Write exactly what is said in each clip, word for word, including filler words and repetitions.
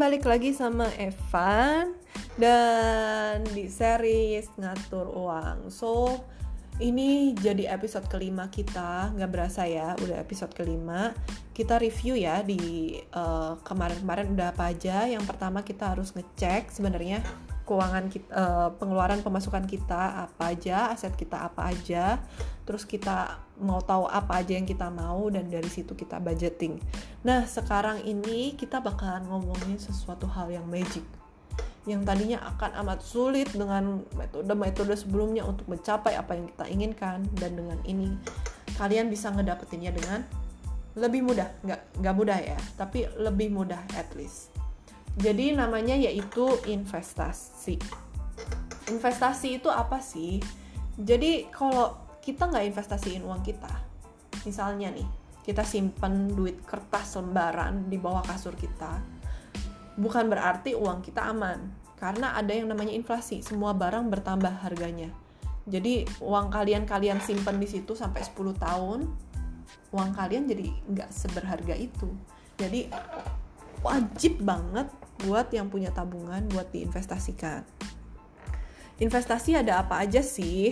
balik lagi sama Evan dan di series ngatur uang. So, ini jadi episode kelima kita, nggak berasa ya, udah episode kelima. Kita review ya di uh, kemarin-kemarin udah apa aja. Yang pertama kita harus ngecek sebenarnya keuangan kita, uh, pengeluaran pemasukan kita apa aja, aset kita apa aja. Terus kita mau tahu apa aja yang kita mau dan dari situ kita budgeting. Nah, sekarang ini kita bakalan ngomongin sesuatu hal yang magic, yang tadinya akan amat sulit dengan metode-metode sebelumnya untuk mencapai apa yang kita inginkan, dan dengan ini kalian bisa ngedapetinnya dengan lebih mudah. Nggak, nggak mudah ya, tapi lebih mudah at least. Jadi namanya yaitu investasi. Investasi itu apa sih? Jadi kalau kita nggak investasiin uang kita, misalnya nih, kita simpen duit kertas lembaran di bawah kasur kita, bukan berarti uang kita aman, karena ada yang namanya inflasi, semua barang bertambah harganya. Jadi uang kalian kalian simpen di situ sampai sepuluh tahun, uang kalian jadi nggak seberharga itu. Jadi wajib banget buat yang punya tabungan buat diinvestasikan. Investasi ada apa aja sih?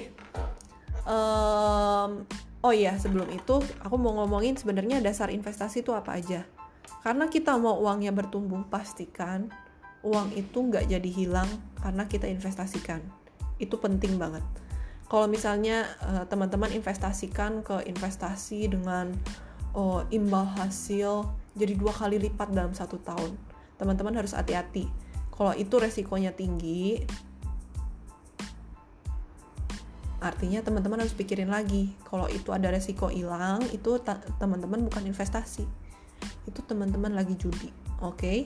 Um, oh iya, sebelum itu aku mau ngomongin sebenarnya dasar investasi itu apa aja. Karena kita mau uangnya bertumbuh, pastikan uang itu nggak jadi hilang karena kita investasikan. Itu penting banget. Kalau misalnya uh, teman-teman investasikan ke investasi dengan oh, imbal hasil jadi dua kali lipat dalam satu tahun, teman-teman harus hati-hati. Kalau itu resikonya tinggi, artinya teman-teman harus pikirin lagi. Kalau itu ada resiko hilang, itu ta- teman-teman bukan investasi, itu teman-teman lagi judi. Oke? Okay?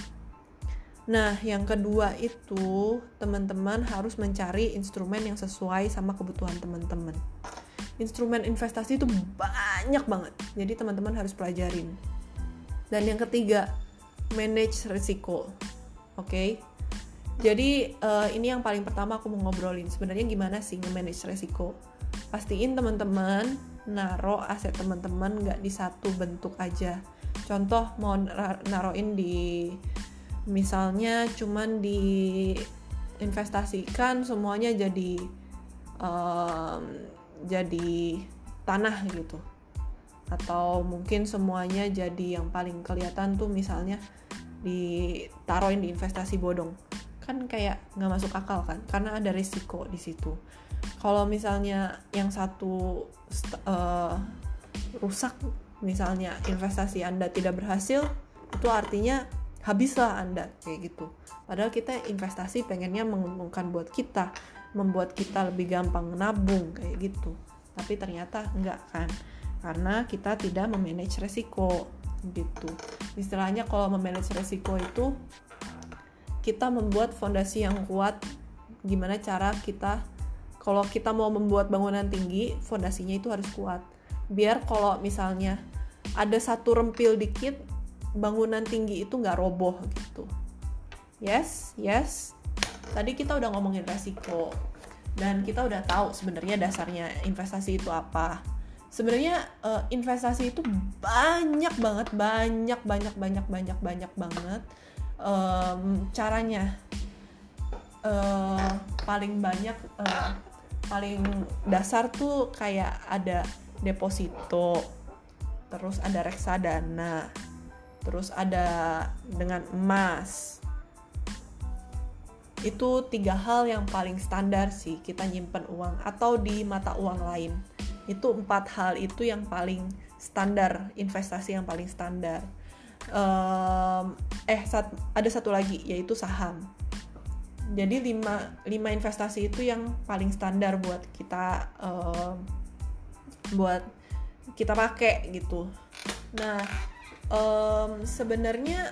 Nah, yang kedua itu teman-teman harus mencari instrumen yang sesuai sama kebutuhan teman-teman. Instrumen investasi itu banyak banget, jadi teman-teman harus pelajarin. Dan yang ketiga, manage risiko. Oke? Okay? Jadi uh, ini yang paling pertama aku mau ngobrolin. Sebenarnya gimana sih nge-manage resiko? Pastiin teman-teman naro aset teman-teman nggak di satu bentuk aja. Contoh mau naroin di, misalnya cuman di investasikan semuanya jadi um, jadi tanah gitu. Atau mungkin semuanya jadi yang paling kelihatan tuh misalnya ditaroin di investasi bodong. Kan kayak nggak masuk akal kan, karena ada risiko di situ. Kalau misalnya yang satu uh, rusak, misalnya investasi Anda tidak berhasil, itu artinya habislah Anda kayak gitu. Padahal kita investasi pengennya menguntungkan buat kita, membuat kita lebih gampang nabung kayak gitu. Tapi ternyata enggak kan, karena kita tidak memanage resiko gitu. Istilahnya kalau memanage resiko itu kita membuat fondasi yang kuat. Gimana cara kita, kalau kita mau membuat bangunan tinggi, fondasinya itu harus kuat. Biar kalau misalnya ada satu rempil dikit, bangunan tinggi itu nggak roboh gitu. Yes, yes. Tadi kita udah ngomongin resiko, dan kita udah tahu sebenarnya dasarnya investasi itu apa. Sebenarnya uh, investasi itu banyak banget, banyak, banyak, banyak, banyak, banyak banget. Um, caranya uh, paling banyak uh, paling dasar tuh kayak ada deposito, terus ada reksadana, terus ada dengan emas. Itu tiga hal yang paling standar sih kita nyimpen uang, atau di mata uang lain. Itu empat hal itu yang paling standar, investasi yang paling standar. Um, eh sat, ada satu lagi yaitu saham. Jadi lima, lima investasi itu yang paling standar buat kita um, buat kita pakai gitu. Nah, um, sebenarnya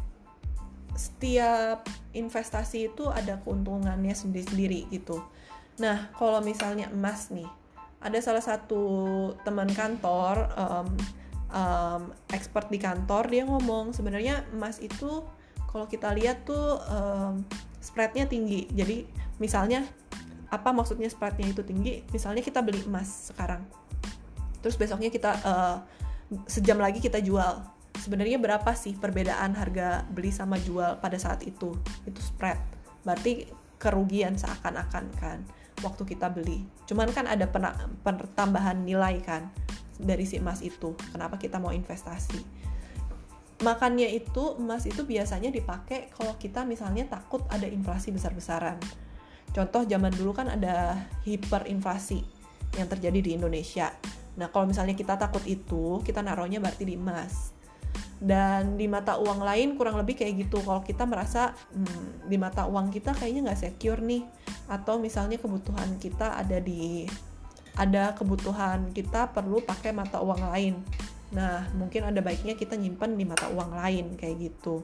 setiap investasi itu ada keuntungannya sendiri-sendiri gitu. Nah, kalau misalnya emas nih, ada salah satu teman kantor um, Um, expert di kantor, dia ngomong sebenarnya emas itu kalau kita lihat tuh um, spreadnya tinggi. Jadi misalnya apa maksudnya spreadnya itu tinggi? Misalnya kita beli emas sekarang, terus besoknya kita uh, sejam lagi kita jual, sebenarnya berapa sih perbedaan harga beli sama jual pada saat itu. Itu spread, berarti kerugian seakan-akan kan waktu kita beli. Cuman kan ada pertambahan nilai kan dari si emas itu, kenapa kita mau investasi. Makanya itu emas itu biasanya dipakai kalau kita misalnya takut ada inflasi besar-besaran. Contoh zaman dulu kan ada hiperinflasi yang terjadi di Indonesia. Nah kalau misalnya kita takut itu, kita naruhnya berarti di emas. Dan di mata uang lain kurang lebih kayak gitu. Kalau kita merasa hmm, di mata uang kita kayaknya nggak secure nih, atau misalnya kebutuhan kita ada di ada kebutuhan kita perlu pakai mata uang lain. Nah mungkin ada baiknya kita nyimpan di mata uang lain kayak gitu.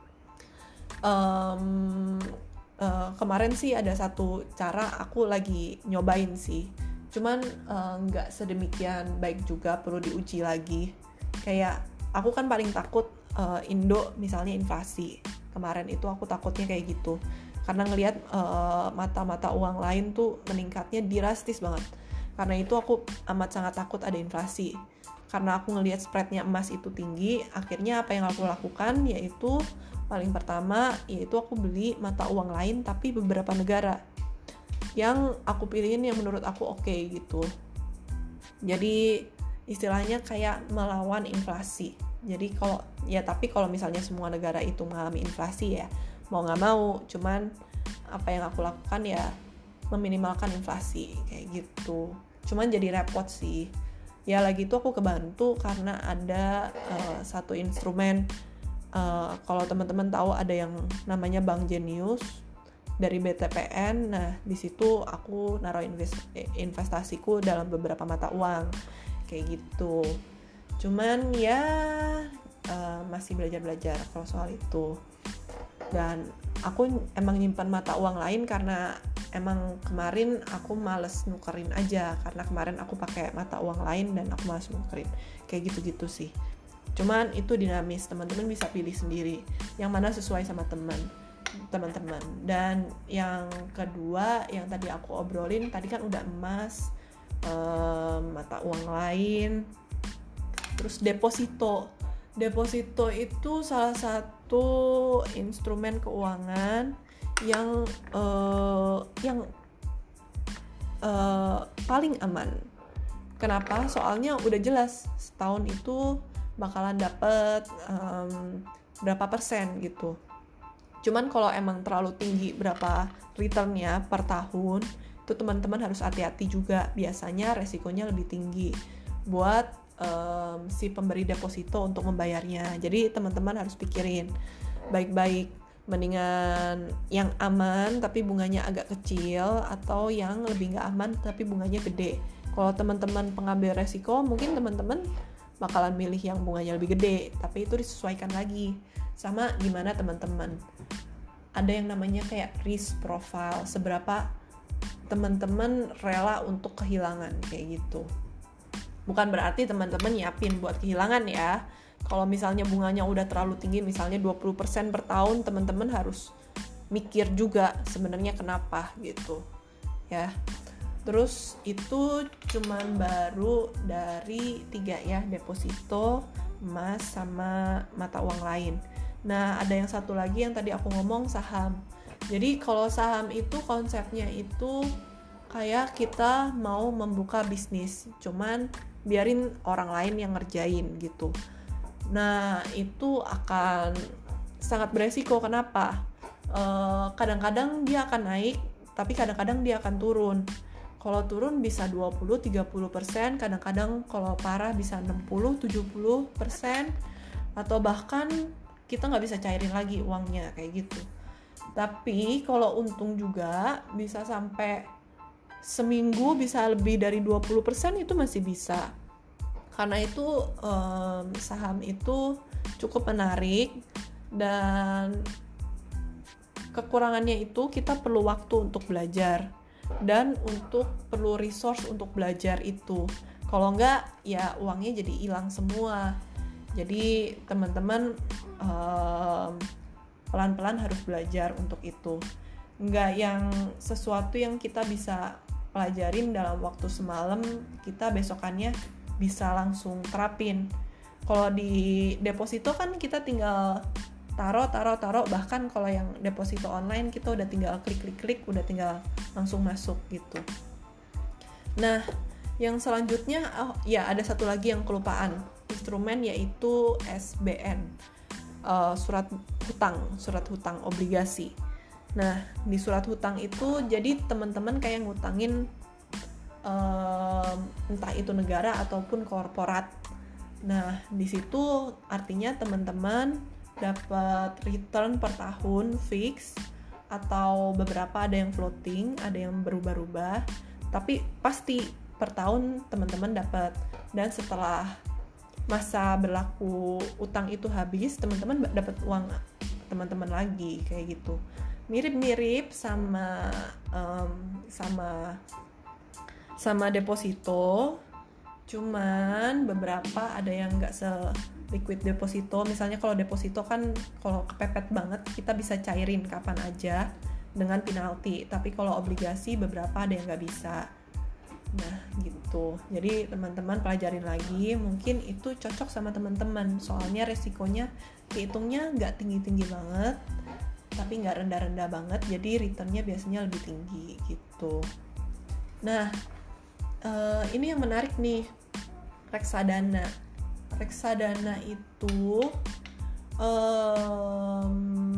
Um, uh, kemarin sih ada satu cara aku lagi nyobain sih. Cuman nggak uh, sedemikian baik juga, perlu diuji lagi. Kayak aku kan paling takut uh, Indo misalnya inflasi. Kemarin itu aku takutnya kayak gitu. Karena ngelihat uh, mata-mata uang lain tuh meningkatnya drastis banget. Karena itu aku amat sangat takut ada inflasi. Karena aku ngelihat spreadnya emas itu tinggi, akhirnya apa yang aku lakukan yaitu paling pertama yaitu aku beli mata uang lain tapi beberapa negara. Yang aku pilihin yang menurut aku oke okay, gitu. Jadi istilahnya kayak melawan inflasi. Jadi kalau ya tapi kalau misalnya semua negara itu mengalami inflasi ya mau nggak mau, cuman apa yang aku lakukan ya meminimalkan inflasi kayak gitu. Cuman jadi repot sih. Ya lagi itu aku kebantu karena ada uh, satu instrumen, uh, kalau teman-teman tahu ada yang namanya Bank Jenius dari B T P N. Nah di situ aku naruh invest, investasiku dalam beberapa mata uang kayak gitu. Cuman ya uh, masih belajar-belajar kalau soal itu. Dan aku emang nyimpan mata uang lain karena emang kemarin aku males nukerin aja, karena kemarin aku pakai mata uang lain dan aku males nukerin kayak gitu-gitu sih. Cuman itu dinamis, teman-teman bisa pilih sendiri yang mana sesuai sama teman teman-teman. Dan yang kedua yang tadi aku obrolin tadi kan udah emas, um, mata uang lain, terus deposito. Deposito itu salah satu instrumen keuangan yang uh, yang uh, paling aman. Kenapa? Soalnya udah jelas setahun itu bakalan dapet um, berapa persen gitu. Cuman kalau emang terlalu tinggi berapa returnnya per tahun, itu teman-teman harus hati-hati juga. Biasanya resikonya lebih tinggi buat Um, si pemberi deposito untuk membayarnya. Jadi teman-teman harus pikirin baik-baik, mendingan yang aman tapi bunganya agak kecil atau yang lebih gak aman tapi bunganya gede. Kalau teman-teman pengambil resiko, mungkin teman-teman bakalan milih yang bunganya lebih gede, tapi itu disesuaikan lagi sama gimana teman-teman. Ada yang namanya kayak risk profile, seberapa teman-teman rela untuk kehilangan kayak gitu. Bukan berarti teman-teman nyiapin buat kehilangan ya. Kalau misalnya bunganya udah terlalu tinggi, misalnya dua puluh persen per tahun, teman-teman harus mikir juga sebenarnya kenapa gitu. Ya. Terus itu cuman baru dari tiga ya, deposito, emas, sama mata uang lain. Nah, ada yang satu lagi yang tadi aku ngomong, saham. Jadi kalau saham itu konsepnya itu kayak kita mau membuka bisnis, cuman biarin orang lain yang ngerjain gitu. Nah itu akan sangat beresiko. Kenapa? E, kadang-kadang dia akan naik, tapi kadang-kadang dia akan turun. Kalau turun bisa dua puluh sampai tiga puluh persen, kadang-kadang kalau parah bisa enam puluh sampai tujuh puluh persen, atau bahkan kita nggak bisa cairin lagi uangnya kayak gitu. Tapi kalau untung juga bisa sampai seminggu bisa lebih dari dua puluh persen, itu masih bisa. Karena itu um, saham itu cukup menarik, dan kekurangannya itu kita perlu waktu untuk belajar dan untuk perlu resource untuk belajar itu. Kalau enggak ya uangnya jadi hilang semua. Jadi teman-teman um, pelan-pelan harus belajar untuk itu. Enggak yang sesuatu yang kita bisa pelajarin dalam waktu semalam, kita besokannya bisa langsung terapin. Kalau di deposito kan kita tinggal taruh, taruh, taruh. Bahkan kalau yang deposito online kita udah tinggal klik, klik, klik, udah tinggal langsung masuk gitu. Nah, yang selanjutnya, oh ya ada satu lagi yang kelupaan, instrumen yaitu S B N, uh, surat hutang, surat hutang obligasi. Nah, di surat hutang itu jadi teman-teman kayak ngutangin um, entah itu negara ataupun korporat. Nah, di situ artinya teman-teman dapat return per tahun fix, atau beberapa ada yang floating, ada yang berubah-ubah, tapi pasti per tahun teman-teman dapat. Dan setelah masa berlaku utang itu habis, teman-teman dapat uang teman-teman lagi kayak gitu. Mirip-mirip sama um, sama sama deposito. Cuman beberapa ada yang nggak se-liquid deposito. Misalnya kalau deposito kan kalau kepepet banget kita bisa cairin kapan aja dengan penalti. Tapi kalau obligasi beberapa ada yang nggak bisa. Nah gitu. Jadi teman-teman pelajarin lagi. Mungkin itu cocok sama teman-teman. Soalnya resikonya dihitungnya nggak tinggi-tinggi banget, tapi nggak rendah-rendah banget. Jadi returnnya biasanya lebih tinggi gitu. Nah Uh, ini yang menarik nih, reksadana. Reksadana itu um,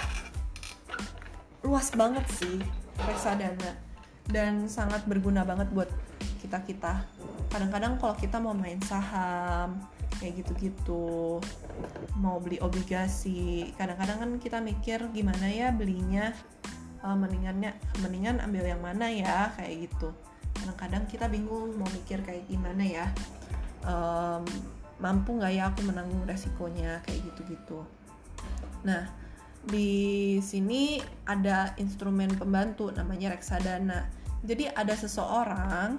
luas banget sih reksadana, dan sangat berguna banget buat kita-kita. Kadang-kadang kalau kita mau main saham kayak gitu-gitu, mau beli obligasi, kadang-kadang kan kita mikir gimana ya belinya, uh, mendingannya mendingan ambil yang mana ya kayak gitu. Kadang-kadang kita bingung mau mikir kayak gimana ya, um, mampu nggak ya aku menanggung resikonya kayak gitu-gitu. Nah di sini ada instrumen pembantu namanya reksadana. Jadi ada seseorang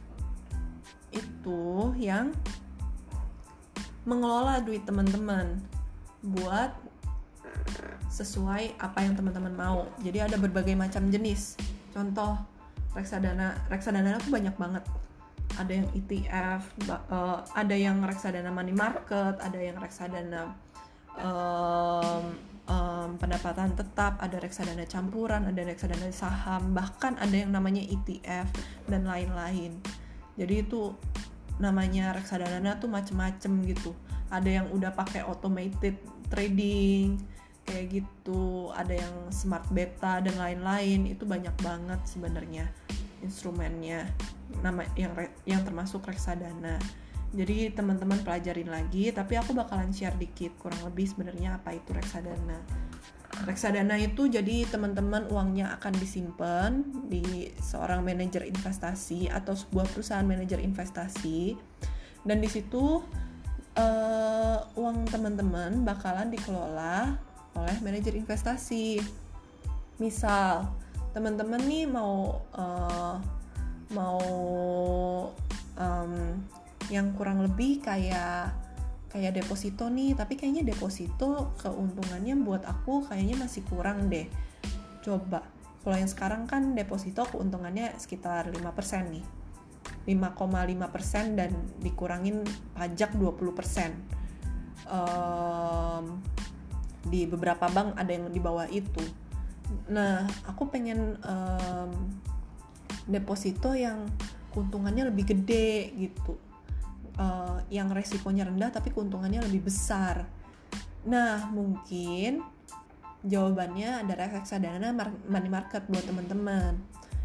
itu yang mengelola duit teman-teman buat sesuai apa yang teman-teman mau. Jadi ada berbagai macam jenis. Contoh reksadana, reksadana itu banyak banget. Ada yang E T F, uh, ada yang reksadana money market, ada yang reksadana um, um, pendapatan tetap, ada reksadana campuran, ada reksadana saham, bahkan ada yang namanya E T F dan lain-lain. Jadi itu namanya reksadana tuh macem-macem gitu. Ada yang udah pakai automated trading kayak gitu, ada yang smart beta dan lain-lain. Itu banyak banget sebenarnya instrumennya, nama yang yang termasuk reksadana. Jadi teman-teman pelajarin lagi, tapi aku bakalan share dikit kurang lebih sebenarnya apa itu reksadana. Reksadana itu jadi teman-teman uangnya akan disimpan di seorang manajer investasi atau sebuah perusahaan manajer investasi, dan di situ uh, uang teman-teman bakalan dikelola oleh manajer investasi. Misal teman-teman nih mau uh, mau um, yang kurang lebih kayak kayak deposito nih, tapi kayaknya deposito keuntungannya buat aku kayaknya masih kurang deh. Coba kalau yang sekarang kan deposito keuntungannya sekitar lima persen nih, lima koma lima persen dan dikurangin pajak dua puluh persen. um, Di beberapa bank ada yang di bawah itu. Nah, aku pengen um, deposito yang keuntungannya lebih gede gitu, uh, yang resikonya rendah tapi keuntungannya lebih besar. Nah, mungkin jawabannya ada reksadana money market buat teman-teman.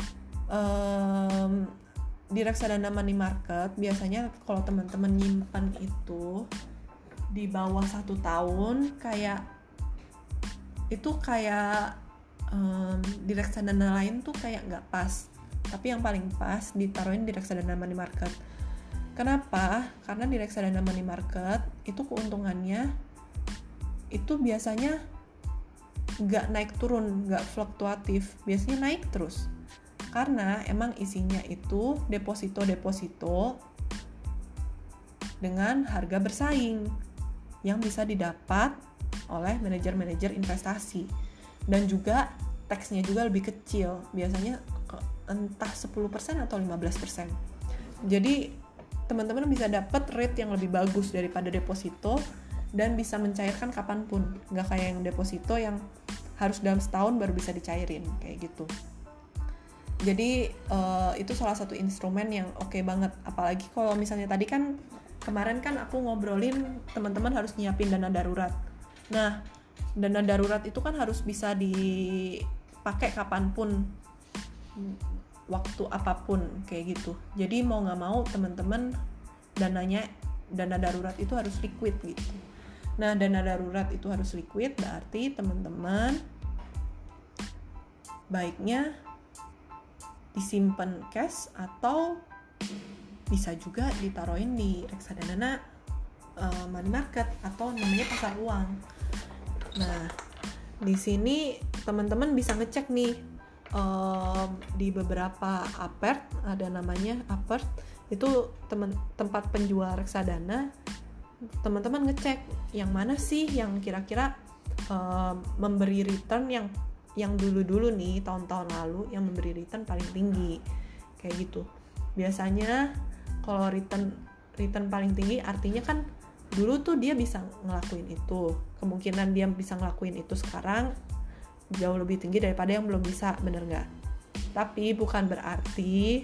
Um, di reksadana money market biasanya kalau teman-teman nyimpan itu di bawah satu tahun, kayak itu kayak um, di reksadana lain tuh kayak nggak pas, tapi yang paling pas ditaruhin di reksadana money market. Kenapa? Karena di reksadana money market itu keuntungannya itu biasanya nggak naik turun, nggak fluktuatif, biasanya naik terus. Karena emang isinya itu deposito-deposito dengan harga bersaing yang bisa didapat oleh manajer-manajer investasi, dan juga taxnya juga lebih kecil, biasanya entah sepuluh persen atau lima belas persen. Jadi teman-teman bisa dapat rate yang lebih bagus daripada deposito dan bisa mencairkan kapanpun, nggak kayak yang deposito yang harus dalam setahun baru bisa dicairin kayak gitu. Jadi uh, itu salah satu instrumen yang oke okay banget, apalagi kalau misalnya tadi kan kemarin kan aku ngobrolin teman-teman harus nyiapin dana darurat. Nah, dana darurat itu kan harus bisa dipakai kapanpun, waktu apapun kayak gitu. Jadi mau nggak mau teman-teman dananya dana darurat itu harus liquid gitu. Nah, dana darurat itu harus liquid berarti teman-teman baiknya disimpan cash atau bisa juga ditaruhin di reksadana uh, money market atau namanya pasar uang. Nah, di sini teman-teman bisa ngecek nih uh, di beberapa apert, ada namanya apert, itu temen, tempat penjual reksadana. Teman-teman ngecek yang mana sih yang kira-kira uh, memberi return yang yang dulu-dulu nih tahun-tahun lalu yang memberi return paling tinggi kayak gitu. Biasanya kalau return return paling tinggi artinya kan dulu tuh dia bisa ngelakuin itu, kemungkinan dia bisa ngelakuin itu sekarang jauh lebih tinggi daripada yang belum bisa, bener nggak? Tapi bukan berarti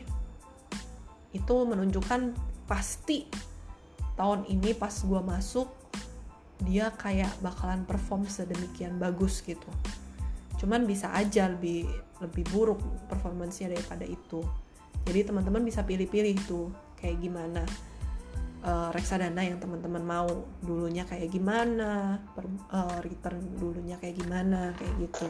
itu menunjukkan pasti tahun ini pas gue masuk dia kayak bakalan perform sedemikian bagus gitu. Cuman bisa aja lebih lebih buruk performance-nya daripada itu. Jadi teman-teman bisa pilih-pilih tuh kayak gimana uh, reksadana yang teman-teman mau, dulunya kayak gimana, per, uh, return dulunya kayak gimana, kayak gitu.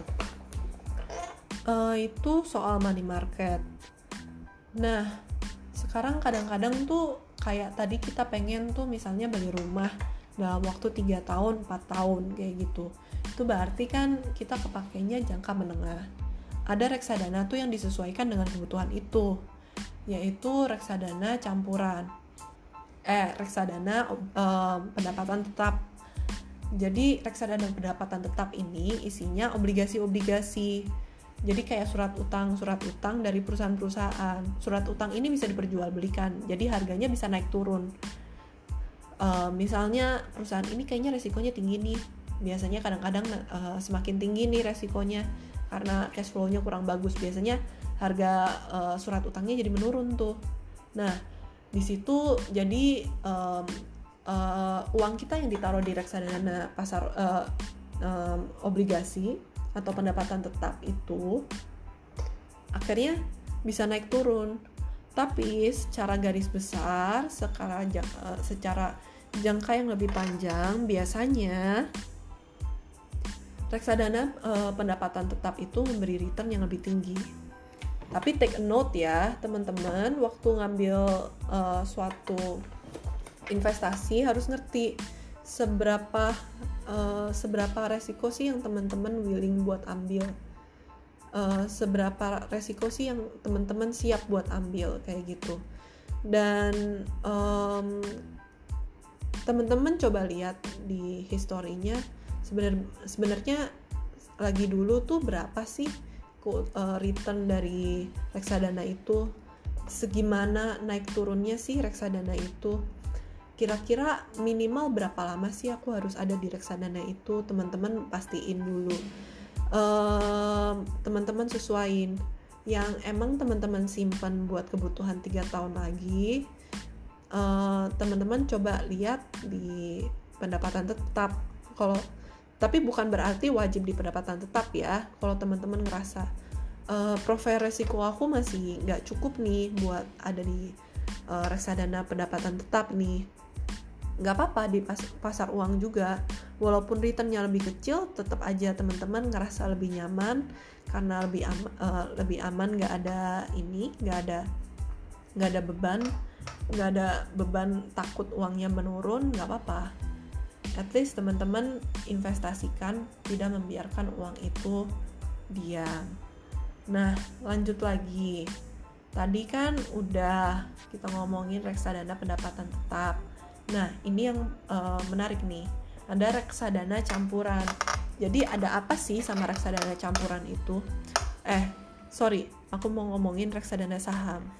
Uh, itu soal money market. Nah, sekarang kadang-kadang tuh kayak tadi kita pengen tuh misalnya beli rumah dalam waktu tiga tahun, empat tahun kayak gitu. Itu berarti kan kita kepakainya jangka menengah. Ada reksadana tuh yang disesuaikan dengan kebutuhan itu, yaitu reksadana campuran. Eh, reksadana um, pendapatan tetap. Jadi reksadana pendapatan tetap ini isinya obligasi-obligasi. Jadi kayak surat utang, surat utang dari perusahaan-perusahaan. Surat utang ini bisa diperjualbelikan, jadi harganya bisa naik turun. Uh, misalnya perusahaan ini kayaknya resikonya tinggi nih. Biasanya kadang-kadang uh, semakin tinggi nih resikonya karena cash flow-nya kurang bagus. Biasanya harga uh, surat utangnya jadi menurun tuh. Nah, di situ jadi um, uh, uang kita yang ditaruh di reksadana pasar uh, um, obligasi atau pendapatan tetap itu akhirnya bisa naik turun. Tapi secara garis besar, secara, uh, secara jangka yang lebih panjang, biasanya reksadana uh, pendapatan tetap itu memberi return yang lebih tinggi. Tapi take a note ya teman-teman, waktu ngambil uh, suatu investasi harus ngerti seberapa uh, seberapa resiko sih yang teman-teman willing buat ambil, uh, seberapa resiko sih yang teman-teman siap buat ambil kayak gitu. Dan um, teman-teman coba lihat di historinya, sebenarnya sebenarnya lagi dulu tuh berapa sih uh, return dari reksadana itu, segimana naik turunnya sih reksadana itu, kira-kira minimal berapa lama sih aku harus ada di reksadana itu. Teman-teman pastiin dulu, uh, teman-teman sesuaiin yang emang teman-teman simpan buat kebutuhan tiga tahun lagi. Uh, teman-teman coba lihat di pendapatan tetap. Kalau tapi bukan berarti wajib di pendapatan tetap ya. Kalau teman-teman ngerasa uh, profil resiko aku masih nggak cukup nih buat ada di uh, reksadana pendapatan tetap nih, nggak apa-apa di pas- pasar uang juga. Walaupun returnnya lebih kecil, tetap aja teman-teman ngerasa lebih nyaman karena lebih am- uh, lebih aman, nggak ada ini, nggak ada nggak ada beban, nggak ada beban takut uangnya menurun, nggak apa-apa. At least teman-teman investasikan, tidak membiarkan uang itu diam. Nah, lanjut lagi. Tadi kan udah kita ngomongin reksadana pendapatan tetap. Nah, ini yang uh, menarik nih. Ada reksadana campuran. Jadi ada apa sih sama reksadana campuran itu? Eh, sorry, aku mau ngomongin reksadana saham.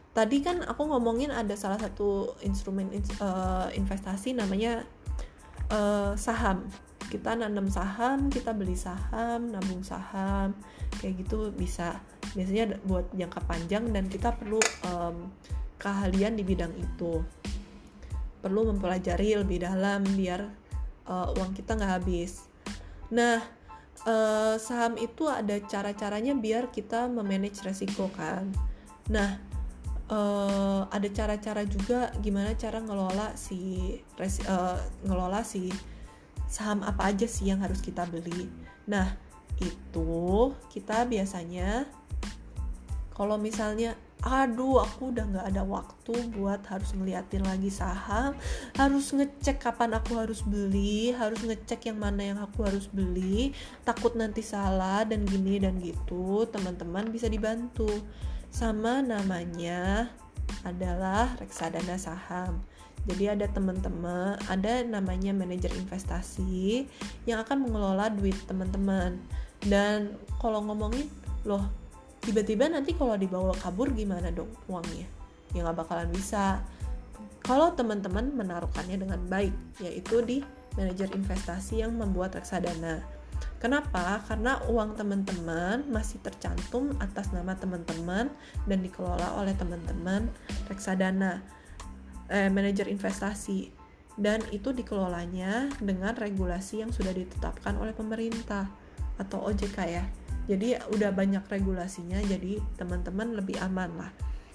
tadi kan aku ngomongin ada salah satu instrumen uh, investasi namanya uh, saham. Kita nanam saham, kita beli saham, nabung saham, kayak gitu bisa. Biasanya buat jangka panjang dan kita perlu um, keahlian di bidang itu. Perlu mempelajari lebih dalam biar uh, uang kita nggak habis. Nah, uh, saham itu ada cara-caranya biar kita memanage resiko kan. Nah, uh, ada cara-cara juga gimana cara ngelola si resi, uh, ngelola si saham apa aja sih yang harus kita beli. Nah, itu kita biasanya kalau misalnya aduh aku udah gak ada waktu buat harus ngeliatin lagi saham, harus ngecek kapan aku harus beli, harus ngecek yang mana yang aku harus beli, takut nanti salah dan gini dan gitu, teman-teman bisa dibantu sama namanya adalah reksadana saham. Jadi ada teman-teman, ada namanya manajer investasi yang akan mengelola duit teman-teman. Dan kalau ngomongin, loh tiba-tiba nanti kalau dibawa kabur gimana dong uangnya? Ya nggak bakalan bisa. Kalau teman-teman menaruhkannya dengan baik, yaitu di manajer investasi yang membuat reksadana. Kenapa? Karena uang teman-teman masih tercantum atas nama teman-teman dan dikelola oleh teman-teman reksadana. Eh, manajer investasi, dan itu dikelolanya dengan regulasi yang sudah ditetapkan oleh pemerintah atau O J K ya. Jadi udah banyak regulasinya, jadi teman-teman lebih aman lah.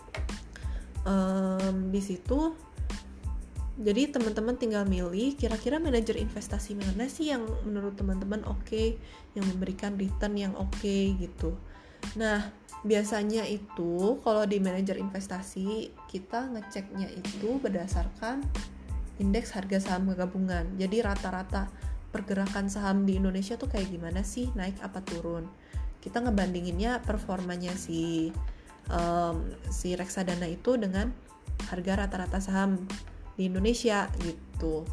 Um, di situ, jadi teman-teman tinggal milih kira-kira manajer investasi mana sih yang menurut teman-teman oke, okay, yang memberikan return yang oke okay, gitu. Nah, biasanya itu kalau di manajer investasi kita ngeceknya itu berdasarkan indeks harga saham gabungan. Jadi rata-rata pergerakan saham di Indonesia tuh kayak gimana sih, naik apa turun. Kita ngebandinginnya performanya si um, si reksadana itu dengan harga rata-rata saham di Indonesia gitu.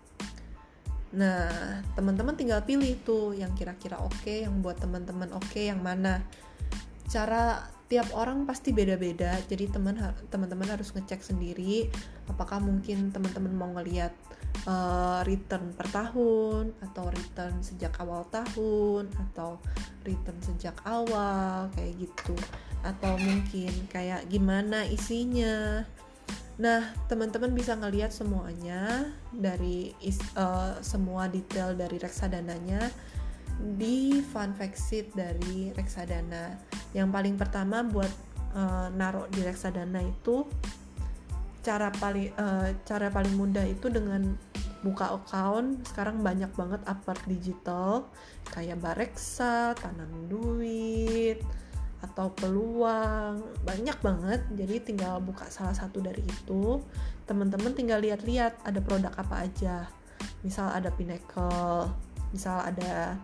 Nah, teman-teman tinggal pilih tuh yang kira-kira oke, okay, yang buat teman-teman oke, okay, yang mana. Cara tiap orang pasti beda-beda, jadi teman teman-teman harus ngecek sendiri apakah mungkin teman-teman mau ngelihat uh, return per tahun atau return sejak awal tahun atau return sejak awal kayak gitu, atau mungkin kayak gimana isinya. Nah, teman-teman bisa ngelihat semuanya dari is, uh, semua detail dari reksadananya di fun fact sheet dari reksadana. Yang paling pertama buat uh, naruh di reksadana itu cara paling uh, cara paling mudah itu dengan buka account. Sekarang banyak banget Upwork digital kayak Bareksa, Tanam Duit atau Peluang, banyak banget. Jadi tinggal buka salah satu dari itu. Teman-teman tinggal lihat-lihat ada produk apa aja. Misal ada Pinnacle, misal ada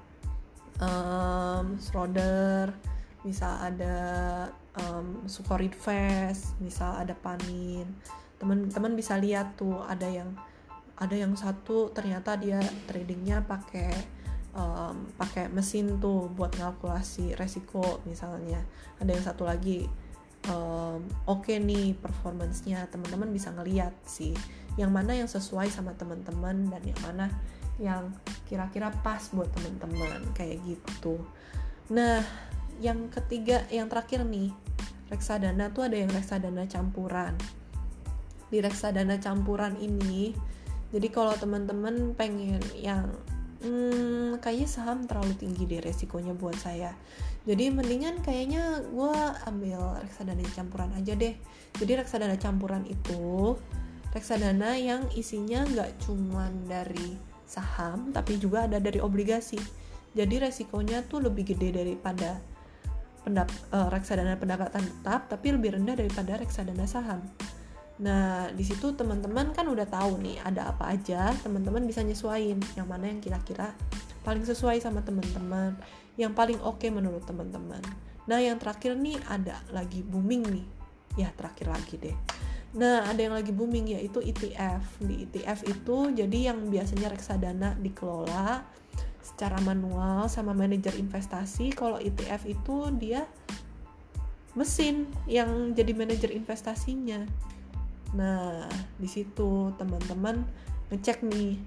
um, Schroder, misal ada um, Sukorit Fest, misal ada Panin. Teman-teman bisa lihat tuh ada yang ada yang satu ternyata dia tradingnya pakai um, pakai mesin tuh buat kalkulasi resiko misalnya. Ada yang satu lagi um, oke okay nih performance-nya, teman-teman bisa ngeliat sih yang mana yang sesuai sama teman-teman dan yang mana yang kira-kira pas buat teman-teman kayak gitu. Nah, yang ketiga, yang terakhir nih, reksadana tuh ada yang reksadana campuran. Di reksadana campuran ini, jadi kalau teman-teman pengen yang hmm, kayaknya saham terlalu tinggi deh resikonya buat saya, jadi mendingan kayaknya gue ambil reksadana campuran aja deh. Jadi reksadana campuran itu reksadana yang isinya nggak cuman dari saham tapi juga ada dari obligasi. Jadi resikonya tuh lebih gede daripada pendap- uh, reksadana pendapatan tetap, tapi lebih rendah daripada reksadana saham. Nah, di situ teman-teman kan udah tahu nih ada apa aja, teman-teman bisa nyesuaiin yang mana yang kira-kira paling sesuai sama teman-teman, yang paling oke okay menurut teman-teman. Nah, yang terakhir nih ada lagi booming nih. Ya, terakhir lagi deh. Nah, ada yang lagi booming yaitu E T F. Di E T F itu jadi yang biasanya reksadana dikelola secara manual sama manajer investasi. Kalau E T F itu dia mesin yang jadi manajer investasinya. Nah, di situ teman-teman ngecek nih,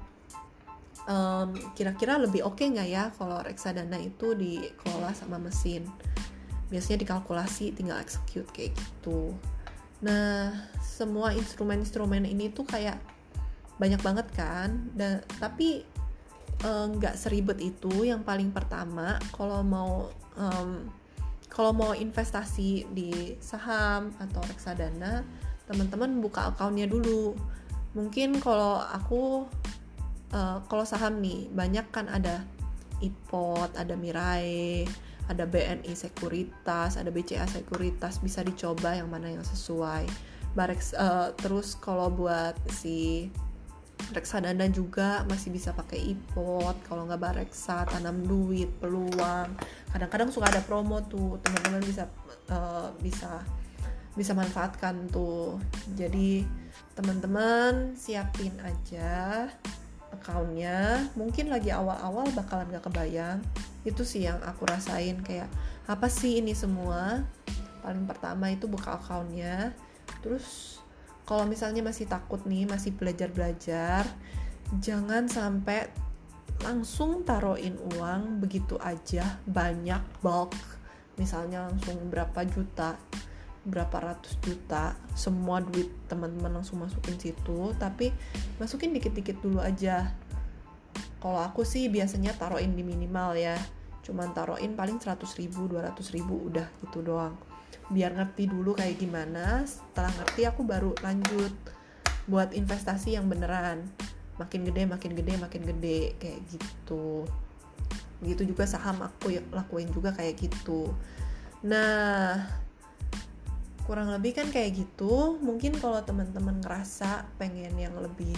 um, kira-kira lebih oke nggak ya kalau reksadana itu dikelola sama mesin. Biasanya dikalkulasi, tinggal execute kayak gitu. Nah, semua instrumen-instrumen ini tuh kayak banyak banget kan, dan tapi nggak uh, seribet itu. Yang paling pertama, kalau mau um, kalau mau investasi di saham atau reksadana, teman-teman buka akunnya dulu. Mungkin kalau aku uh, kalau saham nih banyak kan, ada I P O T, ada Mirai, ada B N I Sekuritas, ada B C A Sekuritas, bisa dicoba yang mana yang sesuai. Bareks, uh, terus kalau buat si reksadana juga masih bisa pakai I P O T, kalau nggak Bareksa, Tanam Duit, Peluang. Kadang-kadang suka ada promo tuh, teman-teman bisa uh, bisa bisa manfaatkan tuh. Jadi teman-teman siapin aja akunnya. Mungkin lagi awal-awal bakalan gak kebayang. Itu sih yang aku rasain, kayak apa sih ini semua. Paling pertama itu buka akunnya. Terus kalau misalnya masih takut nih, masih belajar-belajar, jangan sampai langsung taruhin uang begitu aja, banyak, bulk. Misalnya langsung berapa juta, berapa ratus juta, semua duit teman-teman langsung masukin situ. Tapi masukin dikit-dikit dulu aja. Kalau aku sih biasanya taruhin di minimal ya, cuman taruhin paling seratus ribu, dua ratus ribu, udah gitu doang, biar ngerti dulu kayak gimana. Setelah ngerti aku baru lanjut buat investasi yang beneran, makin gede makin gede makin gede kayak gitu. Begitu juga saham aku lakuin juga kayak gitu. Nah, kurang lebih kan kayak gitu. Mungkin kalau teman-teman ngerasa pengen yang lebih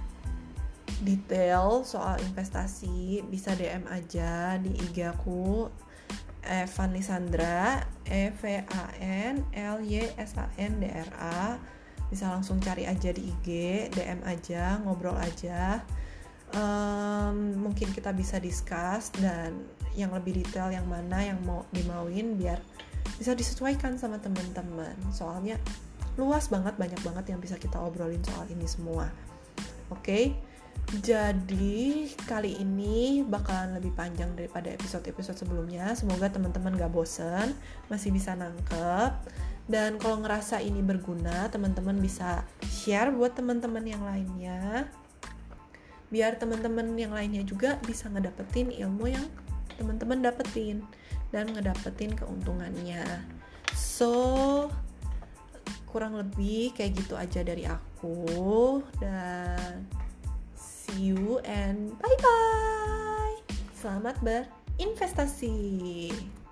detail soal investasi, bisa D M aja di I G aku, Evan Lisandra, E V A N L Y S A N D R A. Bisa langsung cari aja di I G, D M aja, ngobrol aja. Um, mungkin kita bisa discuss, dan yang lebih detail yang mana yang mau dimauin biar bisa disesuaikan sama teman-teman. Soalnya luas banget, banyak banget yang bisa kita obrolin soal ini semua. Oke, okay? Jadi kali ini bakalan lebih panjang daripada episode-episode sebelumnya. Semoga teman-teman gak bosen, masih bisa nangkep. Dan kalau ngerasa ini berguna, teman-teman bisa share buat teman-teman yang lainnya, biar teman-teman yang lainnya juga bisa ngedapetin ilmu yang teman-teman dapetin dan ngedapetin keuntungannya. So, kurang lebih kayak gitu aja dari aku, dan see you and bye-bye. Selamat berinvestasi.